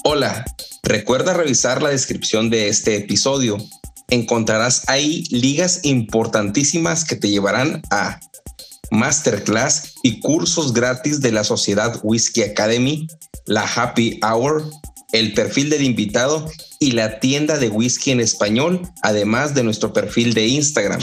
Hola, recuerda revisar la descripción de este episodio. Encontrarás ahí ligas importantísimas que te llevarán a masterclass y cursos gratis de la Sociedad Whisky Academy, la Happy Hour, el perfil del invitado y la tienda de whisky en español, además de nuestro perfil de Instagram.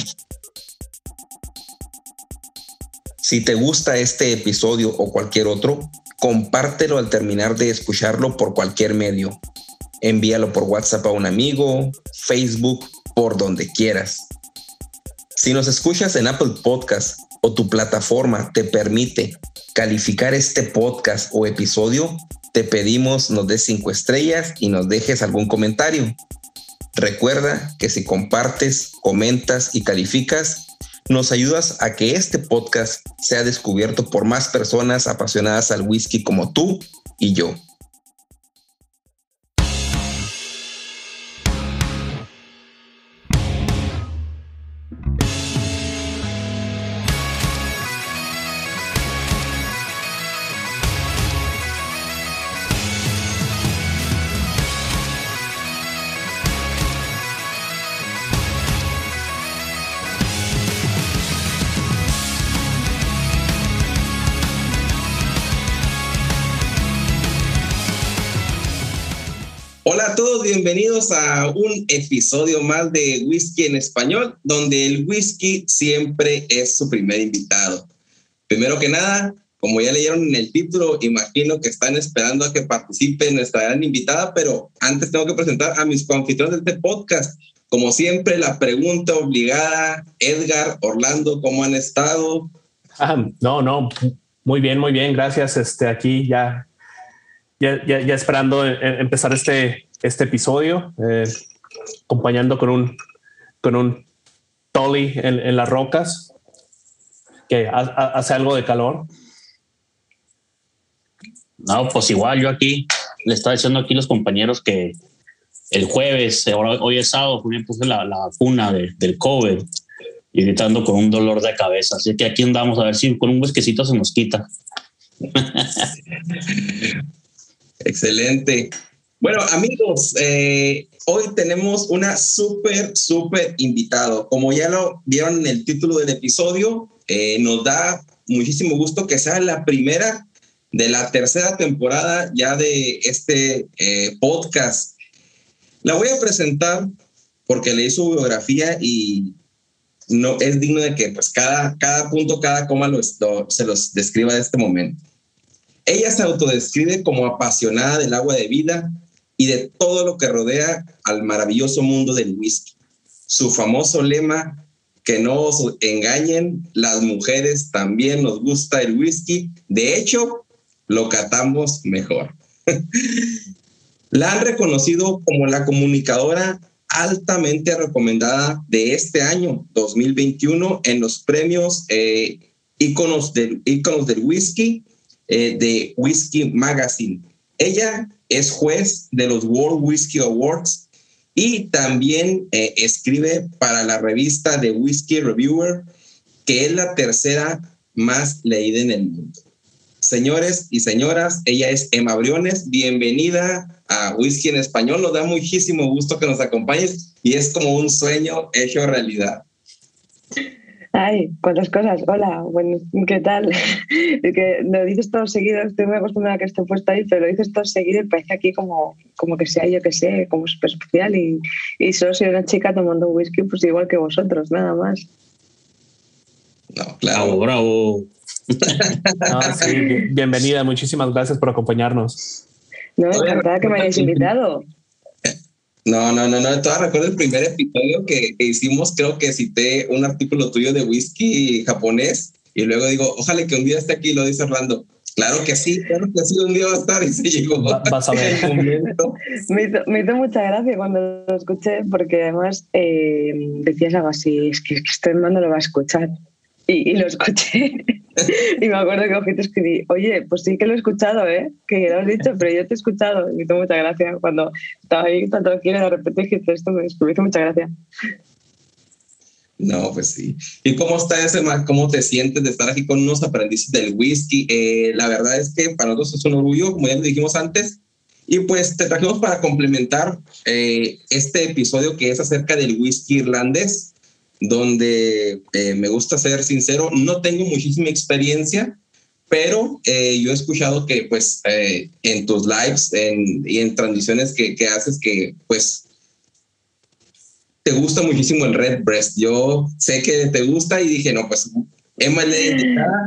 Si te gusta este episodio o cualquier otro, compártelo al terminar de escucharlo por cualquier medio. Envíalo por WhatsApp a un amigo, Facebook, por donde quieras. Si nos escuchas en Apple Podcast o tu plataforma te permite calificar este podcast o episodio, te pedimos nos des 5 estrellas y nos dejes algún comentario. Recuerda que si compartes, comentas y calificas, nos ayudas a que este podcast sea descubierto por más personas apasionadas al whisky como tú y yo. Hola a todos, bienvenidos a un episodio más de Whisky en Español, donde el whisky siempre es su primer invitado. Primero que nada, como ya leyeron en el título, imagino que están esperando a que participe nuestra gran invitada, pero antes tengo que presentar a mis coanfitriones de este podcast. Como siempre, la pregunta obligada, Edgar, Orlando, ¿cómo han estado? No, muy bien, gracias. Aquí ya esperando empezar este episodio, acompañando con un Tolly en las rocas, que hace algo de calor. No, pues igual yo aquí le estaba diciendo aquí a los compañeros que el jueves, hoy es sábado, me puse la vacuna del COVID y gritando con un dolor de cabeza. Así que aquí andamos a ver si con un huesquecito se nos quita. Excelente. Bueno, amigos, hoy tenemos una súper invitado. Como ya lo vieron en el título del episodio, nos da muchísimo gusto que sea la primera de la tercera temporada ya de este podcast. La voy a presentar porque leí su biografía y no es digno de que pues cada punto, cada coma se los describa de este momento. Ella se autodescribe como apasionada del agua de vida y de todo lo que rodea al maravilloso mundo del whisky. Su famoso lema, que no os engañen, las mujeres también nos gusta el whisky. De hecho, lo catamos mejor. La han reconocido como la comunicadora altamente recomendada de este año 2021 en los premios íconos del whisky de Whisky Magazine. Ella es juez de los World Whisky Awards y también escribe para la revista The Whisky Reviewer, que es la tercera más leída en el mundo. Señores y señoras, ella es Emma Briones. Bienvenida a Whisky en Español. Nos da muchísimo gusto que nos acompañes y es como un sueño hecho realidad. Ay, cuántas cosas. Hola, bueno, ¿qué tal? Es que lo dices todo seguido, estoy muy acostumbrada a que esté puesto ahí, pero lo dices todo seguido y parece aquí como que sea, yo que sé, como súper especial y solo soy una chica tomando whisky, pues igual que vosotros, nada más. No, claro. Bravo. Sí, bienvenida, muchísimas gracias por acompañarnos. No, encantada que me hayáis invitado. No. Todavía recuerdo el primer episodio que hicimos, creo que cité un artículo tuyo de whisky japonés y luego digo, ojalá que un día esté aquí, lo dice Orlando. Claro que sí, un día va a estar y se llegó. Vas a ver. Me hizo mucha gracia cuando lo escuché porque además decías algo así, es que este hermano lo va a escuchar. Y lo escuché y me acuerdo que cogí y te escribí, oye, pues sí que lo he escuchado, que lo has dicho, pero yo te he escuchado. Y me hizo mucha gracia cuando estaba ahí tan tranquila y de repente dijiste esto, me hizo mucha gracia. No, pues sí. ¿Y cómo está ese, cómo te sientes de estar aquí con unos aprendices del whisky? La verdad es que para nosotros es un orgullo, como ya lo dijimos antes, Y pues te trajimos para complementar este episodio que es acerca del whisky irlandés, donde me gusta ser sincero, no tengo muchísima experiencia, pero yo he escuchado que pues en tus lives y en transmisiones que haces que pues te gusta muchísimo el Redbreast. Yo sé que te gusta y dije, no, pues Emma le indicada.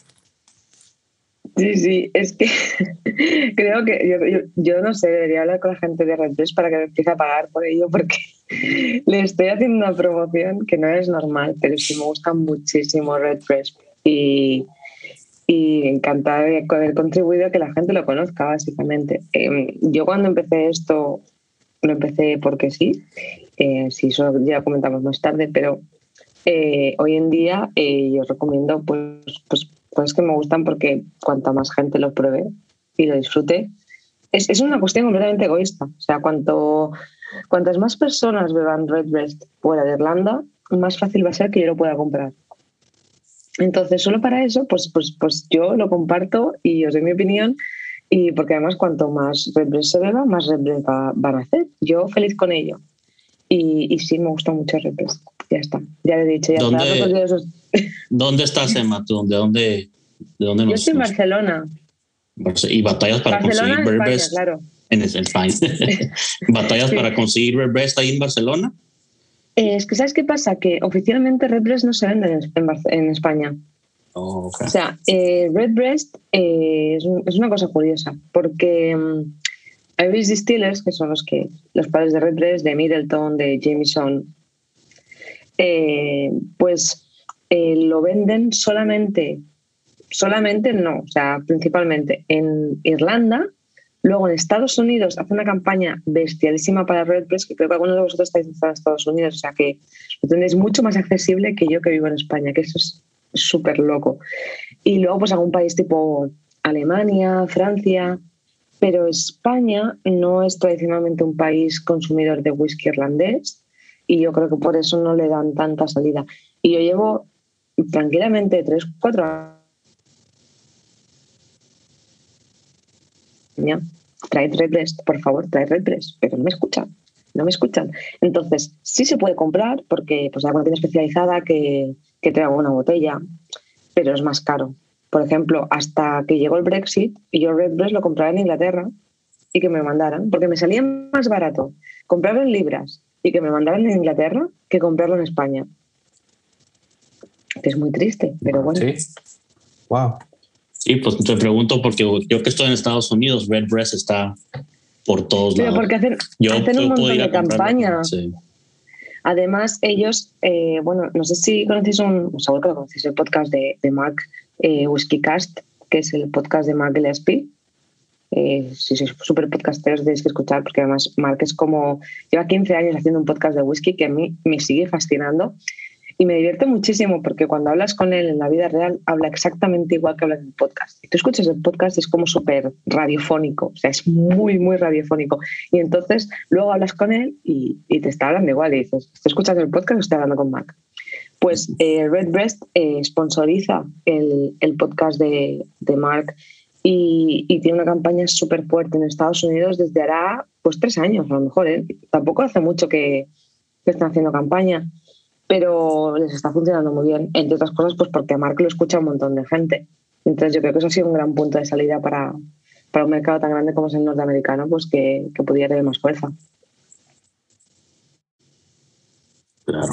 Sí, es que creo que yo no sé, debería hablar con la gente de Redbreast para que me empiece a pagar por ello, porque le estoy haciendo una promoción que no es normal, pero sí me gusta muchísimo Redbreast y encantada de haber contribuido a que la gente lo conozca, básicamente. Yo cuando empecé esto, lo empecé porque sí, eso ya comentamos más tarde, pero hoy en día yo recomiendo pues cosas que me gustan porque cuanta más gente lo pruebe y lo disfrute, es una cuestión completamente egoísta. O sea, cuantas más personas beban Redbreast fuera de Irlanda, más fácil va a ser que yo lo pueda comprar. Entonces, solo para eso, pues yo lo comparto y os doy mi opinión, y porque además cuanto más Redbreast se beba, más Redbreast van a hacer. Yo feliz con ello. Y sí, me gusta mucho Redbreast. Ya está, ya lo he dicho. ¿Dónde estás, Emma? ¿De dónde Yo estoy en Barcelona. ¿Y batallas para Barcelona, conseguir Redbreast? Claro. En España. ¿Batallas para conseguir Redbreast ahí en Barcelona? Es que, ¿sabes qué pasa? Que oficialmente Redbreast no se vende en España. Oh, okay. O sea, Redbreast es una cosa curiosa, porque Irish Distillers, que son los padres de Redbreast, de Middleton, de Jameson, lo venden solamente no, o sea, principalmente en Irlanda. Luego en Estados Unidos hace una campaña bestialísima para Redbreast, que creo que algunos de vosotros estáis en Estados Unidos, o sea que lo tenéis mucho más accesible que yo, que vivo en España, que eso es súper loco. Y luego pues algún país tipo Alemania, Francia, pero España no es tradicionalmente un país consumidor de whisky irlandés, y yo creo que por eso no le dan tanta salida. Y yo llevo tranquilamente 3-4 años. Traed Redbreast, por favor, traed Redbreast, pero no me escuchan. Entonces, sí se puede comprar porque pues hay alguna tienda especializada que te haga una botella, pero es más caro. Por ejemplo, hasta que llegó el Brexit, y yo Redbreast lo compraba en Inglaterra y que me mandaran, porque me salía más barato comprarlo en libras y que me mandaran en Inglaterra que comprarlo en España. Que es muy triste, pero bueno. Sí. Wow. Sí, pues te pregunto porque yo que estoy en Estados Unidos, Redbreast está por todos lados. Pero porque hacen un montón de campañas. Sí. Además, ellos, no sé si conocéis seguro que lo conocéis, el podcast de Mark Whiskycast, que es el podcast de Mark Gillespie. Si sois súper podcasteros tenéis que escuchar, porque además Mark lleva 15 años haciendo un podcast de whisky que a mí me sigue fascinando. Y me divierte muchísimo porque cuando hablas con él en la vida real, habla exactamente igual que habla en el podcast. Y tú escuchas el podcast y es como súper radiofónico, o sea, es muy, muy radiofónico. Y entonces luego hablas con él y te está hablando igual y dices, ¿estás escuchando el podcast o estoy hablando con Mark? Pues Redbreast sponsoriza el podcast de Mark y tiene una campaña súper fuerte en Estados Unidos desde hará pues 3 años a lo mejor. Tampoco hace mucho que están haciendo campaña, pero les está funcionando muy bien, entre otras cosas pues porque a Mark lo escucha un montón de gente. Entonces yo creo que eso ha sido un gran punto de salida para un mercado tan grande como es el norteamericano, pues que pudiera tener más fuerza. Claro.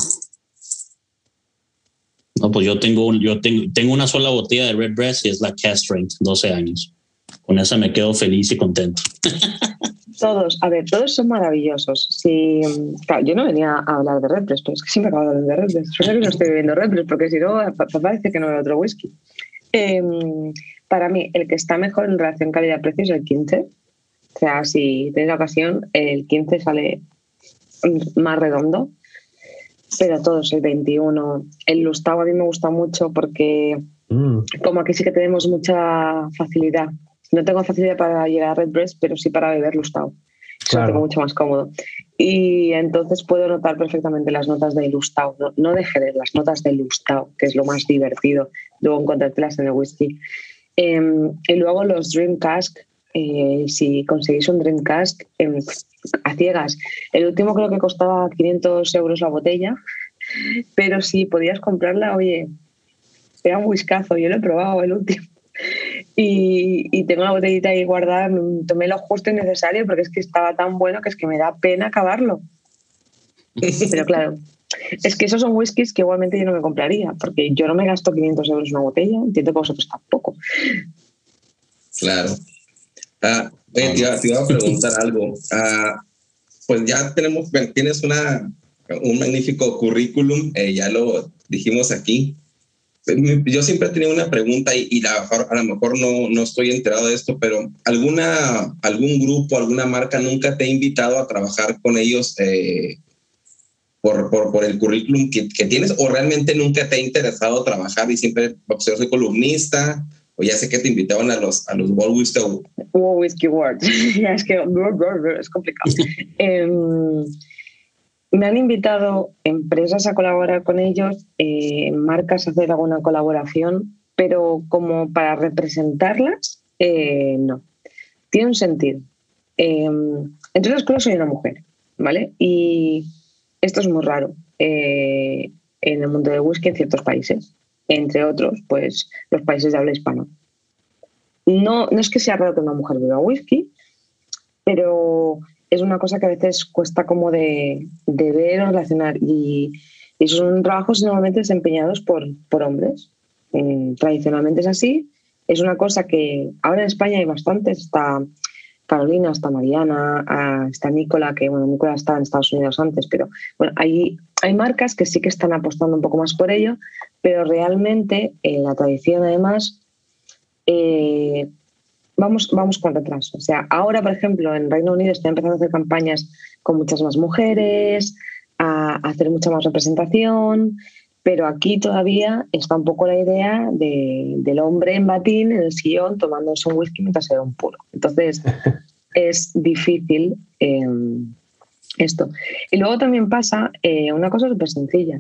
No, pues yo tengo una sola botella de Redbreast y es la Cask Strength, 12 años. Con esa me quedo feliz y contento. Todos son maravillosos. Sí, claro, yo no venía a hablar de Redbreast, pero es que siempre acabo de hablar de Redbreast. Suena que no estoy bebiendo Redbreast, porque si no, parece que no veo otro whisky. Para mí, el que está mejor en relación calidad-precio es el 15. O sea, si tenéis la ocasión, el 15 sale más redondo, pero todos el 21. El Lustau a mí me gusta mucho porque como aquí sí que tenemos mucha facilidad. No tengo facilidad para llegar a Redbreast, pero sí para beber Lustau. Eso lo tengo mucho más cómodo. Y entonces puedo notar perfectamente las notas de Lustau, no de Jerez, las notas de Lustau, que es lo más divertido, luego encontrártelas en el whisky. Y luego los Dream Cask si conseguís un Dreamcast a ciegas. El último creo que costaba 500 euros la botella, pero si podías comprarla, oye, era un whiskazo, yo lo he probado el último. Y tengo una botellita ahí guardada, tomé lo justo y necesario porque es que estaba tan bueno que es que me da pena acabarlo. Pero claro, es que esos son whiskies que igualmente yo no me compraría, porque yo no me gasto 500 euros en una botella, entiendo que vosotros tampoco. Claro. Te iba a preguntar algo. Pues ya tienes un magnífico currículum, ya lo dijimos aquí. Yo siempre he tenido una pregunta y a lo mejor no estoy enterado de esto, pero ¿algún grupo, alguna marca nunca te ha invitado a trabajar con ellos por el currículum que tienes, o realmente nunca te ha interesado trabajar y siempre, pues, yo soy columnista, o ya sé que te invitaban a los World Whisky Awards? Es que es complicado. Me han invitado empresas a colaborar con ellos, marcas a hacer alguna colaboración, pero como para representarlas, no. Tiene un sentido. Entre otras cosas, soy una mujer, ¿vale? Y esto es muy raro en el mundo del whisky en ciertos países, entre otros, pues los países de habla hispana. No es que sea raro que una mujer beba whisky, pero es una cosa que a veces cuesta como de ver o relacionar. Y son trabajos normalmente desempeñados por hombres. Tradicionalmente es así. Es una cosa que ahora en España hay bastantes. Está Carolina, está Mariana, está Nicola, que bueno, Nicola está en Estados Unidos antes, pero bueno, hay marcas que sí que están apostando un poco más por ello, pero realmente la tradición además vamos con retraso. O sea, ahora, por ejemplo, en Reino Unido están empezando a hacer campañas con muchas más mujeres, a hacer mucha más representación, pero aquí todavía está un poco la idea del hombre en batín, en el sillón, tomándose un whisky mientras se da un puro. Entonces, es difícil esto. Y luego también pasa una cosa súper sencilla.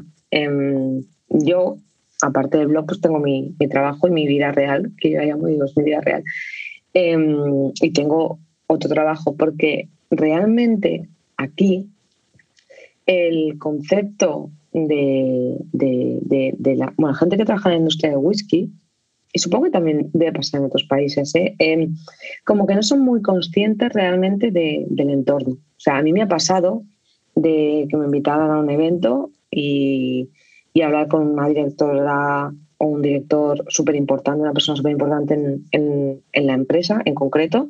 Yo, aparte del blog, pues tengo mi trabajo y mi vida real, que yo llamo, digo, es mi vida real. Y tengo otro trabajo, porque realmente aquí el concepto de la gente que trabaja en la industria del whisky, y supongo que también debe pasar en otros países, como que no son muy conscientes realmente del entorno. O sea, a mí me ha pasado de que me invitaban a un evento y hablar con una directora o un director súper importante, una persona súper importante en la empresa en concreto.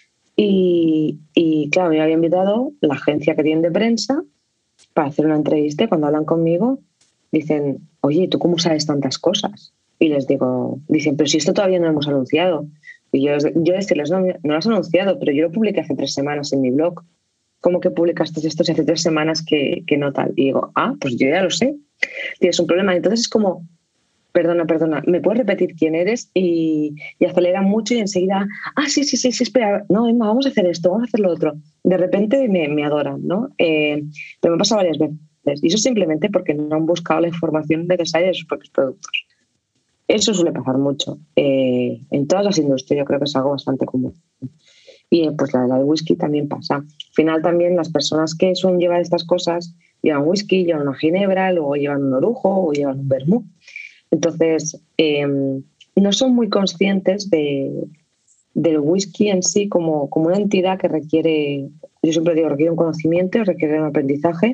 Y claro, me había invitado la agencia que tienen de prensa para hacer una entrevista, y cuando hablan conmigo dicen, oye, ¿tú cómo sabes tantas cosas? Y les digo, dicen, pero si esto todavía no lo hemos anunciado. Y yo decirles, no lo has anunciado, pero yo lo publiqué hace 3 semanas en mi blog. ¿Cómo que publicaste esto si hace 3 semanas que no tal? Y digo, pues yo ya lo sé. Tienes un problema. Entonces es como, perdona, ¿me puedes repetir quién eres? Y acelera mucho y enseguida, sí, espera, no, Emma, vamos a hacer esto, vamos a hacer lo otro. De repente me adoran, ¿no? Pero me pasa varias veces. Y eso simplemente porque no han buscado la información necesaria de sus propios productos. Eso suele pasar mucho. En todas las industrias yo creo que es algo bastante común. Y pues la del whisky también pasa. Al final también las personas que suelen llevar estas cosas llevan whisky, llevan una ginebra, luego llevan un orujo o llevan un vermú. Entonces, no son muy conscientes del whisky en sí como una entidad que requiere, yo siempre digo, requiere un conocimiento, requiere un aprendizaje,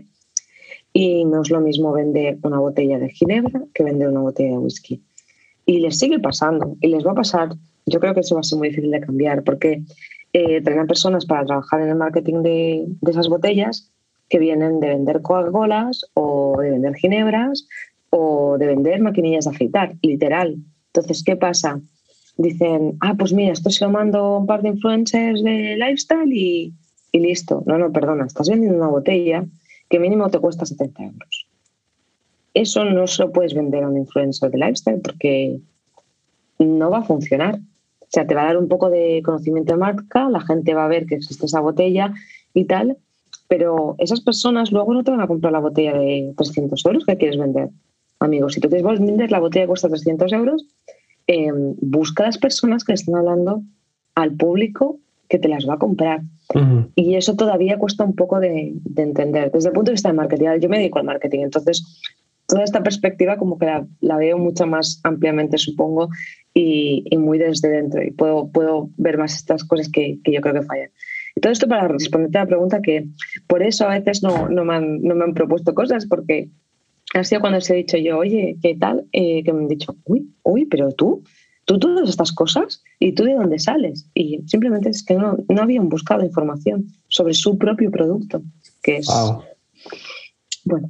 y no es lo mismo vender una botella de ginebra que vender una botella de whisky. Y les sigue pasando, y les va a pasar. Yo creo que eso va a ser muy difícil de cambiar, porque traen personas para trabajar en el marketing de esas botellas que vienen de vender Coca-Colas o de vender ginebras o de vender maquinillas de afeitar, literal. Entonces, ¿qué pasa? Dicen, pues mira, esto se lo mando a un par de influencers de lifestyle y listo. No, perdona, estás vendiendo una botella que mínimo te cuesta 70 euros. Eso no se lo puedes vender a un influencer de lifestyle porque no va a funcionar. O sea, te va a dar un poco de conocimiento de marca, la gente va a ver que existe esa botella y tal, pero esas personas luego no te van a comprar la botella de 300 euros que quieres vender. Amigos, si tú quieres vender la botella que cuesta 300 euros, busca a las personas que le están hablando al público que te las va a comprar. Ujú. Y eso todavía cuesta un poco de entender. Desde el punto de vista de marketing, yo me dedico al marketing, entonces toda esta perspectiva como que la veo mucho más ampliamente, supongo, y muy desde dentro. Y puedo ver más estas cosas que yo creo que fallan. Y todo esto para responderte a la pregunta, que por eso a veces no me han propuesto cosas, porque ha sido cuando os he dicho yo, oye, ¿qué tal? Que me han dicho, uy, pero tú todas estas cosas, ¿y tú de dónde sales? Y simplemente es que no habían buscado información sobre su propio producto, que es, Wow. bueno.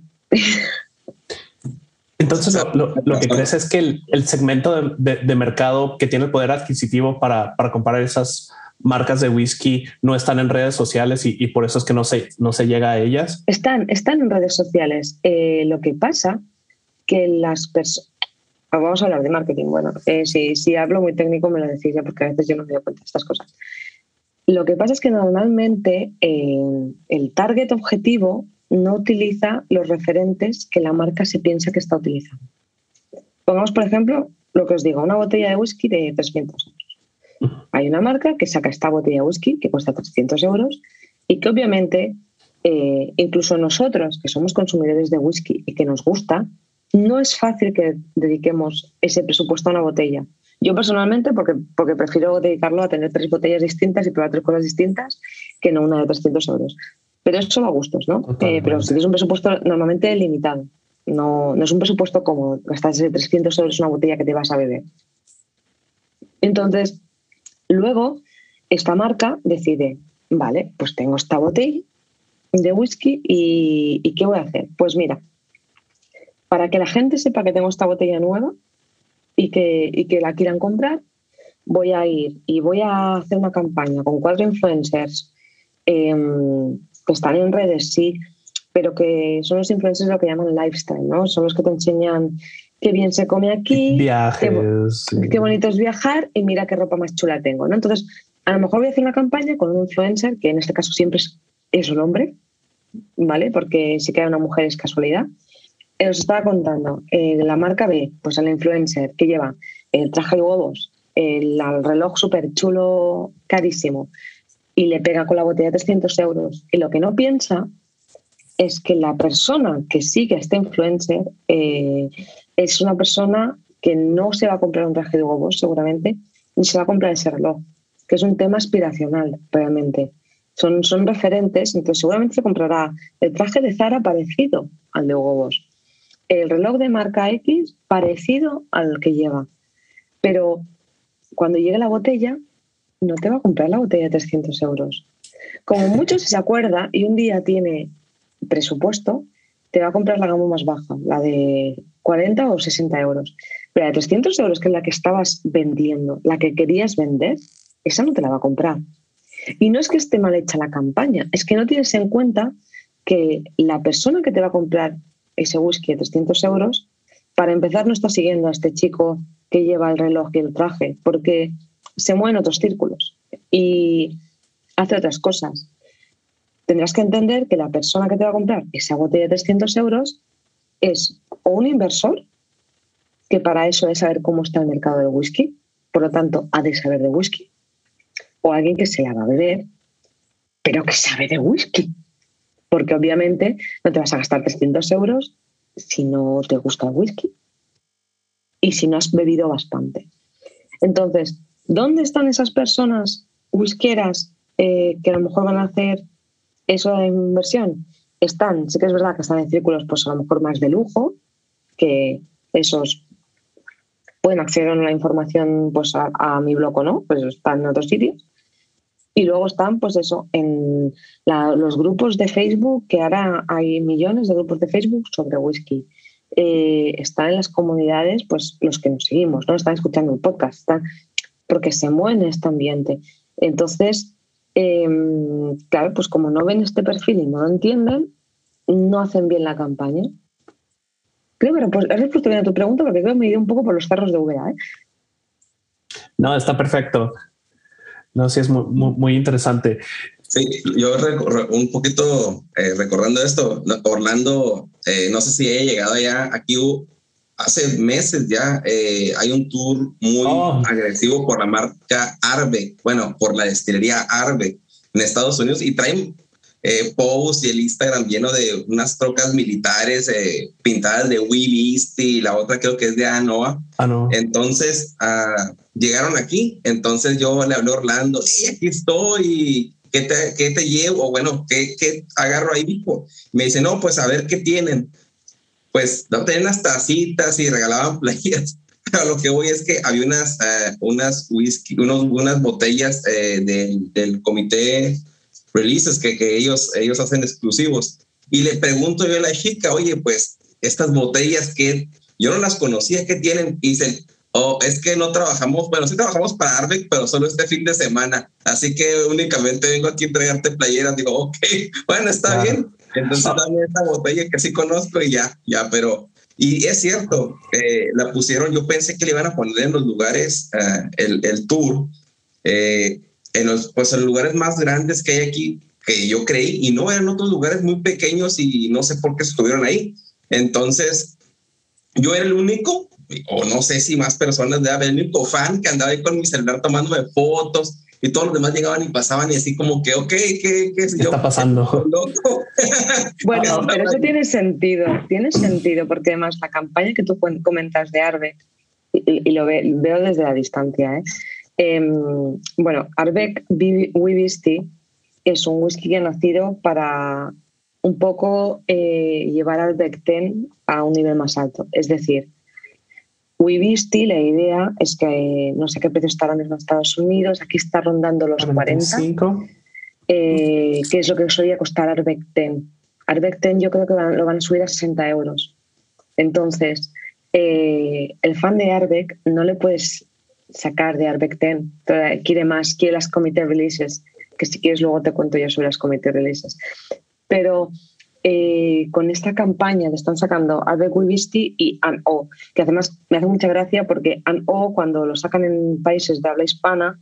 Entonces, lo que crees es que el segmento de mercado que tiene el poder adquisitivo para comprar esas marcas de whisky no están en redes sociales y por eso es que no se llega a ellas. Están en redes sociales. Lo que pasa que las personas... Vamos a hablar de marketing. Bueno, si hablo muy técnico me lo decís ya, porque a veces yo no me doy cuenta de estas cosas. Lo que pasa es que normalmente el target objetivo no utiliza los referentes que la marca se piensa que está utilizando. Pongamos, por ejemplo, lo que os digo, una botella de whisky de 300 euros. Hay una marca que saca esta botella de whisky que cuesta 300 euros y que obviamente, incluso nosotros que somos consumidores de whisky y que nos gusta, no es fácil que dediquemos ese presupuesto a una botella. Yo personalmente, porque prefiero dedicarlo a tener 3 botellas distintas y probar 3 cosas distintas que no una de 300 euros. Pero eso a gustos, ¿no? Pero si tienes un presupuesto normalmente limitado. No es un presupuesto cómodo. Gastarse 300 euros en una botella que te vas a beber. Entonces, luego, esta marca decide, vale, pues tengo esta botella de whisky y ¿qué voy a hacer? Pues mira, para que la gente sepa que tengo esta botella nueva y que la quieran comprar, voy a ir y voy a hacer una campaña con 4 influencers que están en redes, sí, pero que son los influencers lo que llaman lifestyle, ¿no? Son los que te enseñan qué bien se come aquí, viajes, qué bonito es viajar y mira qué ropa más chula tengo, ¿no? Entonces, a lo mejor voy a hacer una campaña con un influencer, que en este caso siempre es un hombre, ¿vale? Porque si queda una mujer es casualidad. Os estaba contando, la marca B, pues el influencer que lleva el traje de huevos, el reloj súper chulo, carísimo, y le pega con la botella de 300 euros. Y lo que no piensa es que la persona que sigue a este influencer es una persona que no se va a comprar un traje de huevos, seguramente, ni se va a comprar ese reloj, que es un tema aspiracional, realmente. Son referentes, entonces seguramente se comprará el traje de Zara parecido al de huevos, el reloj de marca X parecido al que lleva. Pero cuando llegue la botella, no te va a comprar la botella de 300 euros. Como mucho, si se acuerda y un día tiene presupuesto, te va a comprar la gama más baja, la de 40 o 60 euros. Pero la de 300 euros, que es la que estabas vendiendo, la que querías vender, esa no te la va a comprar. Y no es que esté mal hecha la campaña, es que no tienes en cuenta que la persona que te va a comprar ese whisky de 300 euros, para empezar no está siguiendo a este chico que lleva el reloj y el traje, porque se mueve en otros círculos y hace otras cosas. Tendrás que entender que la persona que te va a comprar esa botella de 300 euros es o un inversor, que para eso es saber cómo está el mercado de whisky, por lo tanto ha de saber de whisky, o alguien que se la va a beber, pero que sabe de whisky. Porque obviamente no te vas a gastar 300 euros si no te gusta el whisky y si no has bebido bastante. Entonces, ¿dónde están esas personas whiskeras que a lo mejor van a hacer eso de inversión? Sí que es verdad que están en círculos pues a lo mejor más de lujo, que esos pueden acceder a la información pues a mi blog o no, pues están en otros sitios. Y luego están, pues eso, en los grupos de Facebook, que ahora hay millones de grupos de Facebook sobre whisky. Están en las comunidades, pues los que nos seguimos, ¿no? Están escuchando el podcast, están, porque se mueven en este ambiente. Entonces, claro, pues como no ven este perfil y no lo entienden, no hacen bien la campaña. Creo que pues, has respuesto bien a tu pregunta, porque creo que me he ido un poco por los cerros de Úbeda, ¿eh? No, está perfecto. No, sí, es muy interesante. Sí, yo un poquito recordando esto, Orlando, no sé si haya llegado ya aquí hace meses ya hay un tour muy agresivo por la marca Ardbeg, bueno, por la destilería Ardbeg en Estados Unidos, y traen posts y el Instagram lleno de unas trocas militares pintadas de We Beast, y la otra creo que es de ANOA. No. Entonces llegaron aquí, entonces yo le hablé a Orlando, aquí estoy, ¿qué te llevo? O bueno, ¿qué agarro ahí, hijo? Me dice, no, pues a ver qué tienen. Pues no tenían unas tacitas y regalaban playeras. Pero lo que voy es que había unas whisky, unas botellas del comité releases que ellos hacen exclusivos. Y le pregunto yo a la chica, oye, pues estas botellas que yo no las conocía, ¿qué tienen? Y dicen, es que no trabajamos, bueno, sí trabajamos para Ardbeg, pero solo este fin de semana. Así que únicamente vengo aquí a entregarte playeras. Digo, ok, bueno, está bien. Entonces dame esta botella que sí conozco y ya, pero... Y es cierto, la pusieron, yo pensé que le iban a poner en los lugares, el tour, en los lugares más grandes que hay aquí, que yo creí, y no, eran otros lugares muy pequeños y no sé por qué estuvieron ahí. Entonces, yo era el único, o no sé si más personas, el único fan que andaba ahí con mi celular tomándome fotos, y todos los demás llegaban y pasaban y así como que, ok, ¿qué está pasando? Loco. Bueno, pero eso tiene sentido, porque además la campaña que tú comentas de Ardbeg, y lo veo desde la distancia, bueno, Ardbeg We Beast es un whisky que ha nacido para un poco llevar Ardbeg 10 a un nivel más alto. Es decir, We Beast, la idea es que no sé qué precio está ahora mismo en Estados Unidos, aquí está rondando los 45. ¿Qué es lo que solía costar Ardbeg 10? Ardbeg 10 yo creo que lo van a subir a 60 euros. Entonces, el fan de Ardbeg no le puedes sacar de Ardbeg 10, quiere más, quiere las comité releases, que si quieres luego te cuento yo sobre las comité releases. Pero con esta campaña que están sacando Ardbeg We Beast y ANO, que además me hace mucha gracia porque ANO, cuando lo sacan en países de habla hispana,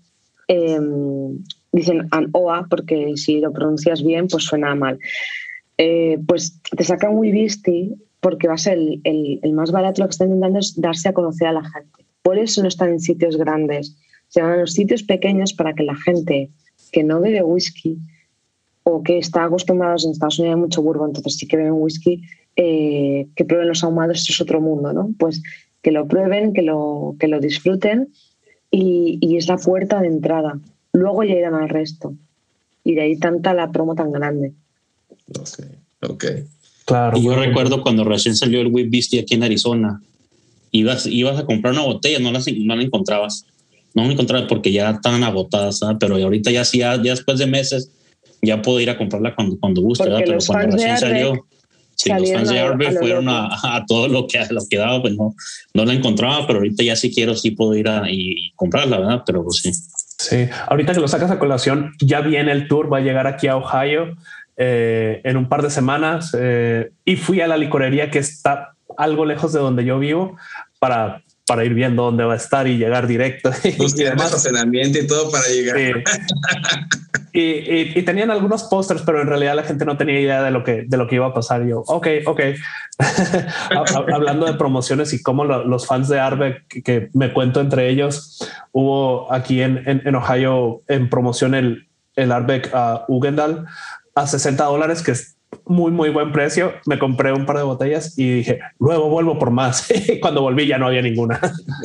dicen ANOA, porque si lo pronuncias bien pues suena mal. Pues te sacan We Beast porque va a ser el más barato. Lo que están intentando es darse a conocer a la gente. Por eso no están en sitios grandes, se van a los sitios pequeños para que la gente que no bebe whisky o que está acostumbrados, en Estados Unidos hay mucho bourbon, entonces sí que beben whisky, que prueben los ahumados. Eso es otro mundo, ¿no? Pues que lo prueben, que lo disfruten, y es la puerta de entrada. Luego ya irán al resto. Y de ahí tanta la promo tan grande. Ok. Claro. Y yo recuerdo cuando recién salió el We Beast aquí en Arizona, ibas a comprar una botella, no la encontrabas. No la encontrabas porque ya estaban agotadas, ¿sabes? Pero ahorita ya después de meses ya puedo ir a comprarla cuando guste, ¿verdad? Pero cuando recién salió, sí, los fans de Ardbeg fueron a todo lo que daba, pues no la encontraba, pero ahorita ya sí puedo ir y comprarla, ¿verdad? Pero pues sí. Sí, ahorita que lo sacas a colación, ya viene el tour, va a llegar aquí a Ohio en un par de semanas, y fui a la licorería que está algo lejos de donde yo vivo para ir viendo dónde va a estar y llegar directo. Buscar estacionamiento y todo para llegar. Y tenían algunos pósters, pero en realidad la gente no tenía idea de lo que iba a pasar. Yo, ok. Hablando de promociones y cómo los fans de Ardbeg, que me cuento entre ellos, hubo aquí en Ohio en promoción el Ardbeg Uigeadail a $60, que es muy, muy buen precio. Me compré un par de botellas y dije, luego vuelvo por más. Cuando volví ya no había ninguna.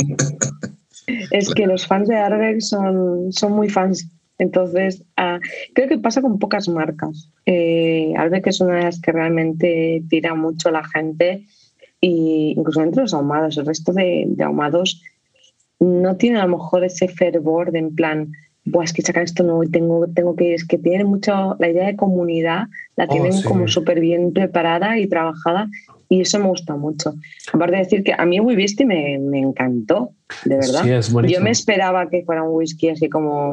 Es que los fans de Ardbeg son muy fans. Entonces, creo que pasa con pocas marcas. Ardbeg es una de las que realmente tira mucho a la gente, y incluso entre los ahumados. El resto de ahumados no tienen a lo mejor ese fervor de en plan, es que sacan esto nuevo y tengo que ir. Es que tienen mucho la idea de comunidad, la tienen como súper bien preparada y trabajada, y eso me gusta mucho. Aparte de decir que a mí We Beast me encantó, de verdad. Sí, es buenísimo. Yo me esperaba que fuera un whisky así como...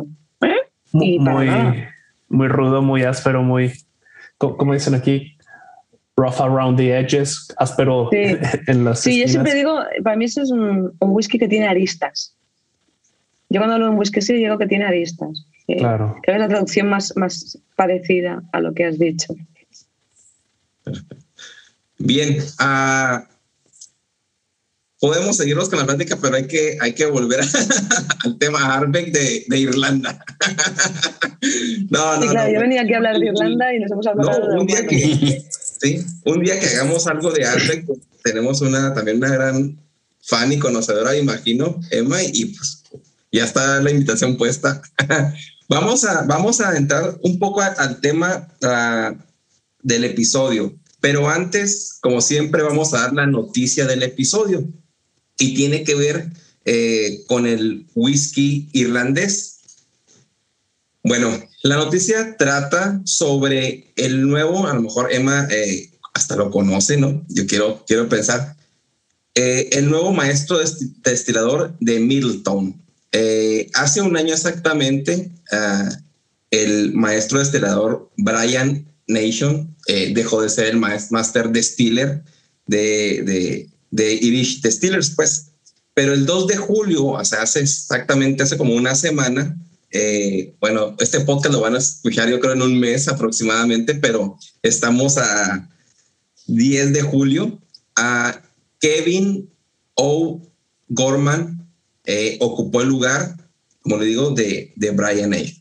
muy rudo, muy áspero, muy, como dicen aquí, rough around the edges, áspero en las esquinas. Yo siempre digo, para mí eso es un whisky que tiene aristas. Yo cuando hablo de un whisky digo que tiene aristas. Claro. Creo que es la traducción más parecida a lo que has dicho. Bien. podemos seguirnos con la plática, pero hay que volver al tema Ardbeg de Irlanda. No, claro, yo venía aquí a hablar de Irlanda y nos hemos hablado de un día que hagamos algo de Ardbeg, pues, tenemos también una gran fan y conocedora, imagino, Emma, y pues ya está la invitación puesta. Vamos a entrar un poco al tema del episodio, pero antes, como siempre, vamos a dar la noticia del episodio y tiene que ver con el whisky irlandés. Bueno, la noticia trata sobre el nuevo, a lo mejor Emma hasta lo conoce, ¿no? Yo quiero pensar, el nuevo maestro destilador de Midleton. Hace un año exactamente, el maestro destilador Brian Nation dejó de ser el master distiller de Irish Distillers, pues. Pero el 2 de julio, o sea, hace como una semana, bueno, este podcast lo van a escuchar yo creo en un mes aproximadamente, pero estamos a 10 de julio. A Kevin O'Gorman ocupó el lugar, como le digo, de Brian Nation.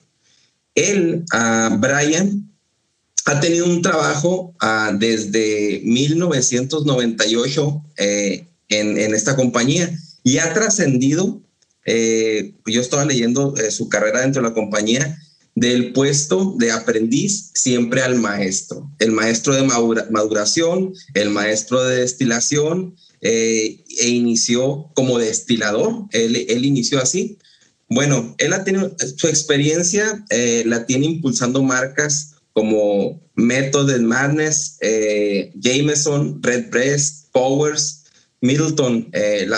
Brian ha tenido un trabajo desde 1998 en esta compañía y ha trascendido, yo estaba leyendo su carrera dentro de la compañía, del puesto de aprendiz siempre al maestro. El maestro de maduración, el maestro de destilación, e inició como destilador. Él inició así. Bueno, él ha tenido su experiencia, la tiene impulsando marcas como Method Madness, Jameson, Redbreast, Powers, Midleton,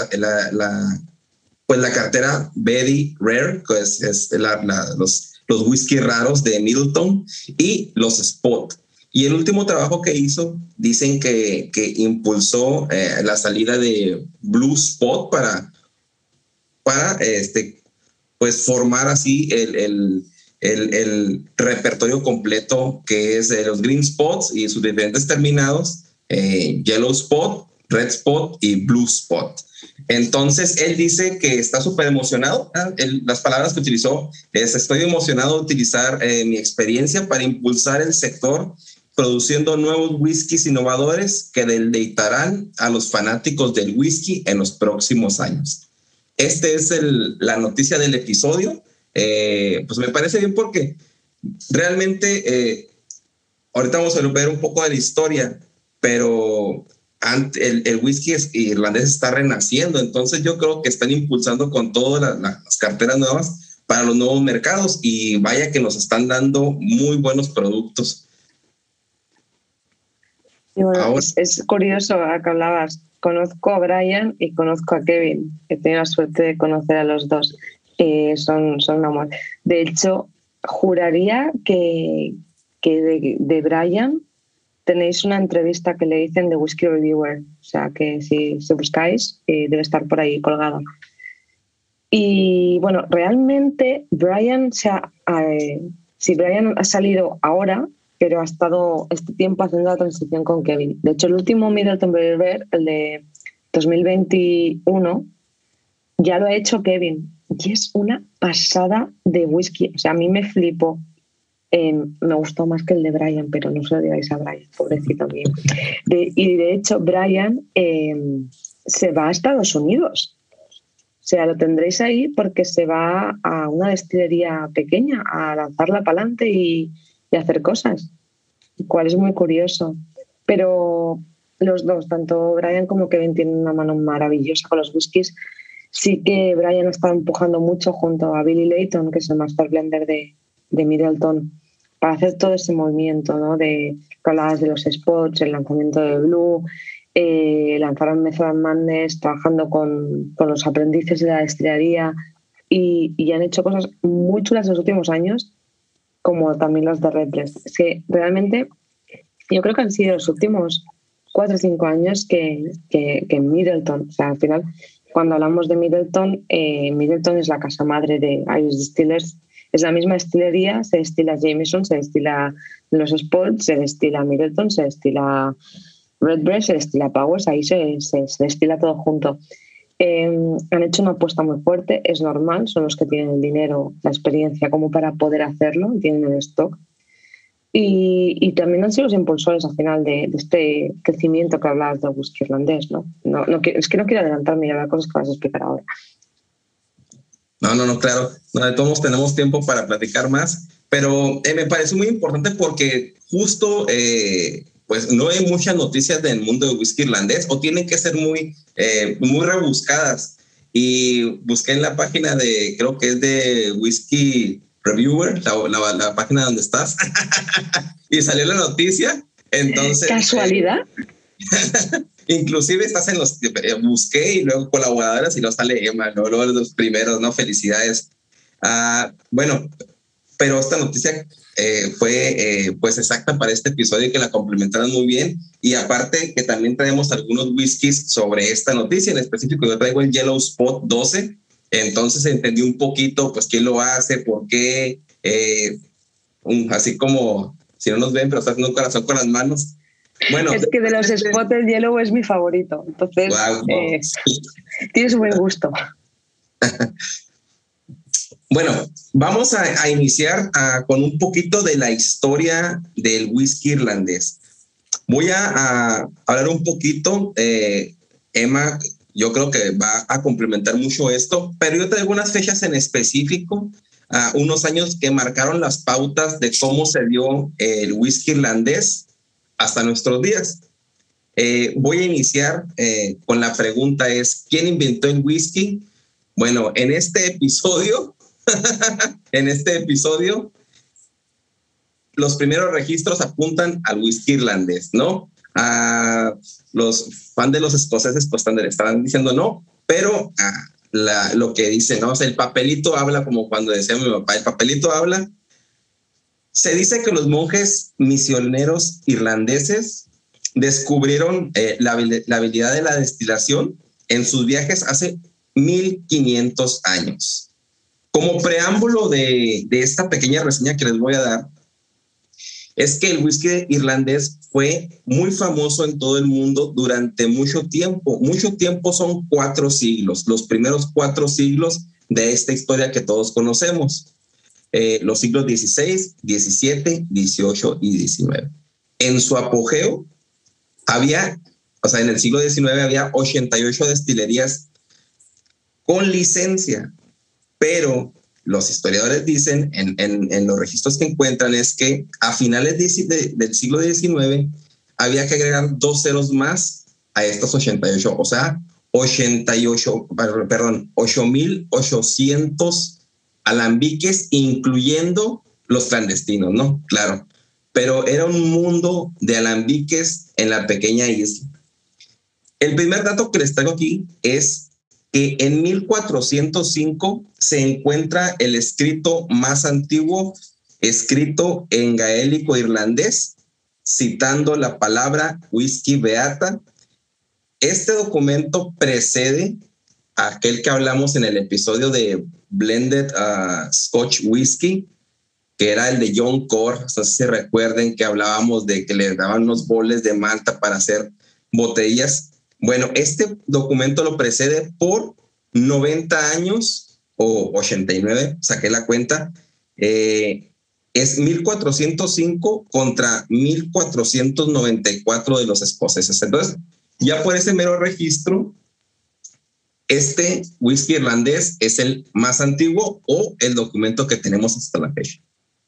pues la cartera Betty Rare, que es los whisky raros de Midleton, y los Spot. Y el último trabajo que hizo, dicen que impulsó la salida de Blue Spot para pues formar así el repertorio completo que es de los Green Spots y sus diferentes terminados, Yellow Spot, Red Spot y Blue Spot. Entonces él dice que está súper emocionado. Las palabras que utilizó es: estoy emocionado de utilizar mi experiencia para impulsar el sector, produciendo nuevos whiskies innovadores que deleitarán a los fanáticos del whisky en los próximos años. Este es la noticia del episodio. Pues me parece bien porque realmente ahorita vamos a ver un poco de la historia, pero el whisky irlandés está renaciendo, entonces yo creo que están impulsando con todas las carteras nuevas para los nuevos mercados y vaya que nos están dando muy buenos productos. Y bueno, es curioso que hablabas. Conozco a Brian y conozco a Kevin. He tenido la suerte de conocer a los dos. Son un amor. De hecho, juraría que de Brian tenéis una entrevista que le dicen de Whisky Reviewer. O sea, que si buscáis, debe estar por ahí colgada. Y bueno, realmente Brian Brian ha salido ahora, pero ha estado este tiempo haciendo la transición con Kevin. De hecho, el último Midleton River, el de 2021, ya lo ha hecho Kevin. Y es una pasada de whisky. O sea, a mí me flipó. Me gustó más que el de Brian, pero no se lo digáis a Brian, pobrecito mío. Y de hecho, Brian se va a Estados Unidos. O sea, lo tendréis ahí porque se va a una destilería pequeña a lanzarla para adelante y hacer cosas, lo cual es muy curioso. Pero los dos, tanto Brian como Kevin, tienen una mano maravillosa con los whiskies. Sí que Brian está empujando mucho junto a Billy Layton, que es el master blender de Midleton, para hacer todo ese movimiento, ¿no? Que hablabas de los spots, el lanzamiento de Blue, lanzaron Method Madness trabajando con los aprendices de la destilería y han hecho cosas muy chulas en los últimos años, como también los de Redbreast. Es que realmente yo creo que han sido los últimos 4 o 5 años que Midleton, o sea, al final, cuando hablamos de Midleton, Midleton es la casa madre de Irish Distillers. Es la misma destilería, se destila Jameson, se destila los Spots, se destila Midleton, se destila Redbreast, se destila Powers, ahí se destila todo junto. han hecho una apuesta muy fuerte, es normal, son los que tienen el dinero, la experiencia como para poder hacerlo, tienen el stock. Y también han sido los impulsores al final de este crecimiento que hablabas del whisky irlandés, ¿no? Es que no quiero adelantarme a las cosas que vas a explicar ahora. No, claro. No, de todos tenemos tiempo para platicar más, pero me parece muy importante porque justo pues no hay muchas noticias del mundo del whisky irlandés o tienen que ser muy rebuscadas. Y busqué en la página creo que es de Whisky Reviewer, la página donde estás, y salió la noticia. Entonces, ¿casualidad? Inclusive estás en los busqué y luego colaboradoras y luego sale Emma, luego los primeros, ¿no? Felicidades. Bueno, pero esta noticia fue pues exacta para este episodio y que la complementaron muy bien. Y aparte que también traemos algunos whiskies sobre esta noticia. En específico yo traigo el Yellow Spot 12. Entonces entendí un poquito pues quién lo hace, por qué, así como si no nos ven, pero está haciendo un corazón con las manos. Bueno, es que de los spots el Yellow es mi favorito. Entonces tienes buen gusto. Bueno, vamos a iniciar con un poquito de la historia del whisky irlandés. Voy a hablar un poquito, Emma, yo creo que va a complementar mucho esto, pero yo traigo unas fechas en específico, unos años que marcaron las pautas de cómo se dio el whisky irlandés hasta nuestros días. Voy a iniciar con la pregunta ¿quién inventó el whisky? Bueno, en este episodio, los primeros registros apuntan al whisky irlandés, ¿no? Los fans de los escoceses pues estaban diciendo no, pero lo que dice, ¿no? O sea, el papelito habla, como cuando decía mi papá, el papelito habla. Se dice que los monjes misioneros irlandeses descubrieron la habilidad de la destilación en sus viajes hace 1500 años. Como preámbulo de esta pequeña reseña que les voy a dar, es que el whisky irlandés fue muy famoso en todo el mundo durante mucho tiempo. Mucho tiempo son 4 siglos, los primeros 4 siglos de esta historia que todos conocemos. Los siglos XVI, XVII, XVIII y XIX. En su apogeo en el siglo XIX había 88 destilerías con licencia, pero los historiadores dicen en los registros que encuentran es que a finales del siglo XIX había que agregar 2 ceros más a estos 88, o sea, 8,800 alambiques, incluyendo los clandestinos, ¿no? Claro, pero era un mundo de alambiques en la pequeña isla. El primer dato que les traigo aquí es que en 1405 se encuentra el escrito más antiguo, escrito en gaélico irlandés, citando la palabra whisky beata. Este documento precede a aquel que hablamos en el episodio de Blended Scotch Whisky, que era el de John Corr. No sé si recuerden que hablábamos de que le daban unos boles de malta para hacer botellas. Bueno, este documento lo precede por 90 años o 89, saqué la cuenta. Es 1405 contra 1494 de los escoceses. Entonces, ya por ese mero registro, este whisky irlandés es el más antiguo o el documento que tenemos hasta la fecha.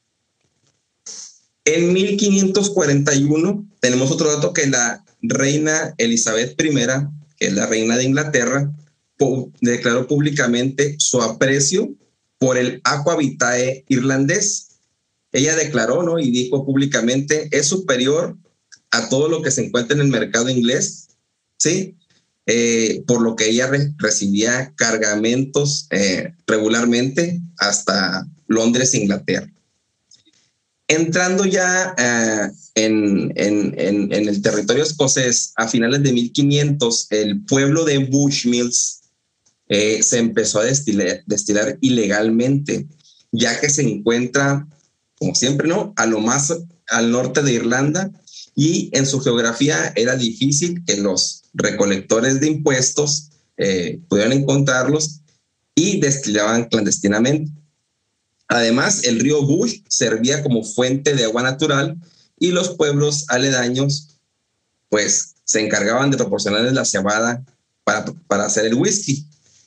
En 1541 tenemos otro dato que la reina Elizabeth I, que es la reina de Inglaterra, declaró públicamente su aprecio por el aqua vitae irlandés. Ella declaró, ¿no? Y dijo públicamente, es superior a todo lo que se encuentra en el mercado inglés, ¿sí? Por lo que ella recibía cargamentos regularmente hasta Londres, Inglaterra. Entrando ya en el territorio escocés, a finales de 1500, el pueblo de Bushmills se empezó a destilar ilegalmente, ya que se encuentra, como siempre, ¿no?, a lo más al norte de Irlanda, y en su geografía era difícil que los recolectores de impuestos pudieran encontrarlos y destilaban clandestinamente. Además, el río Bush servía como fuente de agua natural y los pueblos aledaños pues se encargaban de proporcionarles la cebada para hacer el whisky.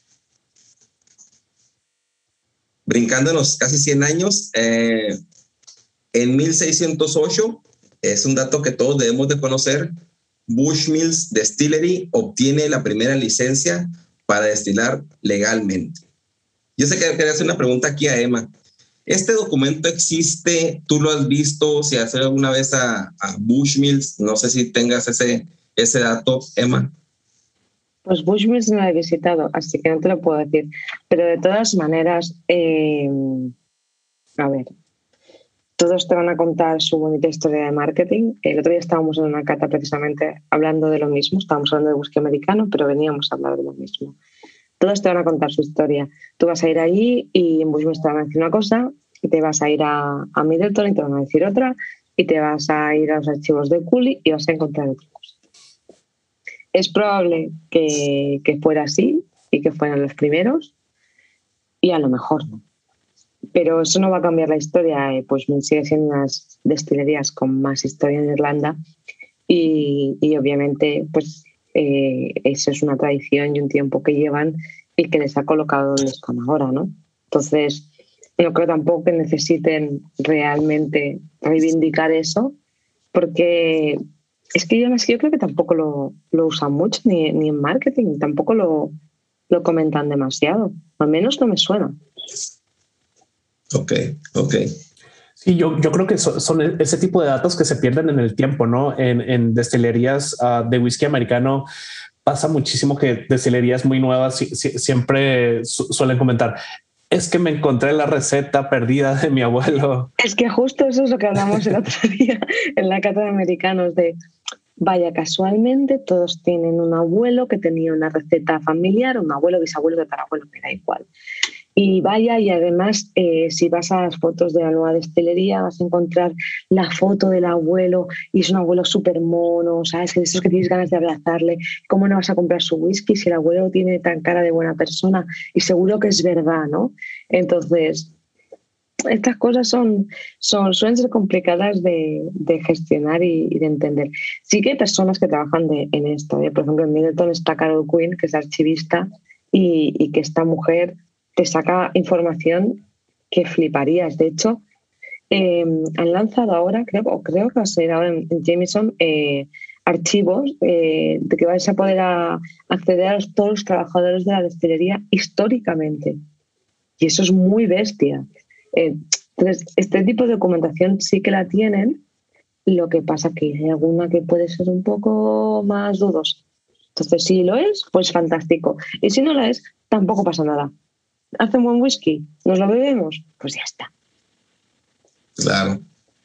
Brincándonos casi 100 años, en 1608, es un dato que todos debemos de conocer, Bushmills Distillery obtiene la primera licencia para destilar legalmente. Yo sé que quería hacer una pregunta aquí a Emma. ¿Este documento existe? ¿Tú lo has visto? Si has ido alguna vez a Bushmills, no sé si tengas ese dato, Emma. Pues Bushmills no lo he visitado, así que no te lo puedo decir. Pero de todas maneras, a ver, todos te van a contar su bonita historia de marketing. El otro día estábamos en una cata precisamente hablando de lo mismo. Estábamos hablando de whisky americano, pero veníamos a hablar de lo mismo. Todos te van a contar su historia. Tú vas a ir allí y en Bushmills te van a decir una cosa, y te vas a ir a Middleton y te van a decir otra, y te vas a ir a los archivos de Cooley y vas a encontrar otra cosa. Es probable que fuera así y que fueran los primeros, y a lo mejor no. Pero eso no va a cambiar la historia. Pues sigue siendo unas destilerías con más historia en Irlanda y obviamente pues eso es una tradición y un tiempo que llevan y que les ha colocado donde están ahora, ¿no? Entonces, no creo tampoco que necesiten realmente reivindicar eso, porque es que yo creo que tampoco lo usan mucho, ni en marketing, tampoco lo comentan demasiado. Al menos no me suena. Ok. Sí, yo creo que son ese tipo de datos que se pierden en el tiempo, ¿no? En destilerías de whisky americano pasa muchísimo que destilerías muy nuevas siempre suelen comentar, es que me encontré la receta perdida de mi abuelo. Es que justo eso es lo que hablamos el otro día en la cata de americanos de, vaya, casualmente todos tienen un abuelo que tenía una receta familiar, un abuelo, bisabuelo, tatarabuelo, me da igual. Y vaya, y además, si vas a las fotos de la nueva destilería, vas a encontrar la foto del abuelo y es un abuelo súper mono, ¿sabes? Que de esos que tienes ganas de abrazarle. ¿Cómo no vas a comprar su whisky si el abuelo tiene tan cara de buena persona? Y seguro que es verdad, ¿no? Entonces, estas cosas suelen ser complicadas de gestionar y de entender. Sí que hay personas que trabajan en esto. Por ejemplo, en Middleton está Carol Quinn, que es archivista, y que esta mujer te saca información que fliparías. De hecho, han lanzado ahora, creo que va a ser ahora en Jameson, archivos de que vais a poder acceder a todos los trabajadores de la destilería históricamente. Y eso es muy bestia. Entonces, este tipo de documentación sí que la tienen, lo que pasa que hay alguna que puede ser un poco más dudosa. Entonces, si lo es, pues fantástico. Y si no lo es, tampoco pasa nada. ¿Hacen buen whisky? ¿Nos lo bebemos? Pues ya está. Claro.